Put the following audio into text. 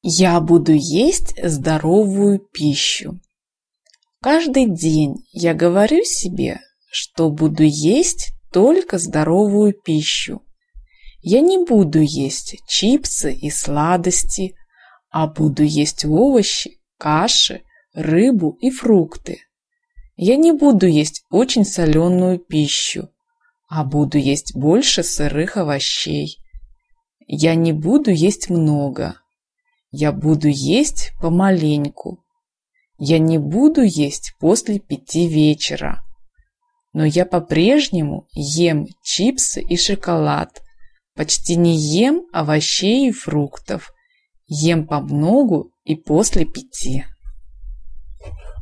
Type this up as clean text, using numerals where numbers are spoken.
Я буду есть здоровую пищу. Каждый день я говорю себе, что буду есть только здоровую пищу. Я не буду есть чипсы и сладости, а буду есть овощи, каши, рыбу и фрукты. Я не буду есть очень соленую пищу, а буду есть больше сырых овощей. Я не буду есть много. Я буду есть помаленьку. Я не буду есть после 5 вечера. Но я по-прежнему ем чипсы и шоколад. Почти не ем овощей и фруктов. Ем помногу и после 5.